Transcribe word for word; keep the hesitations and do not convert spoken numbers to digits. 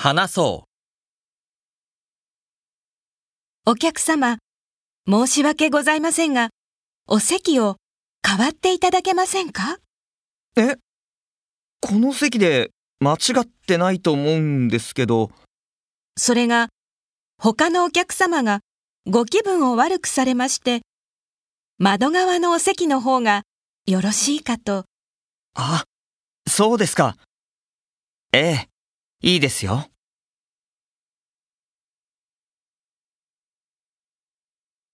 話そお客様、申し訳ございませんが、お席を代わっていただけませんか？ え、この席で間違ってないと思うんですけど。 それが、他のお客様がご気分を悪くされまして、窓側のお席の方がよろしいかと。 あ、そうですか。ええ、いいですよ。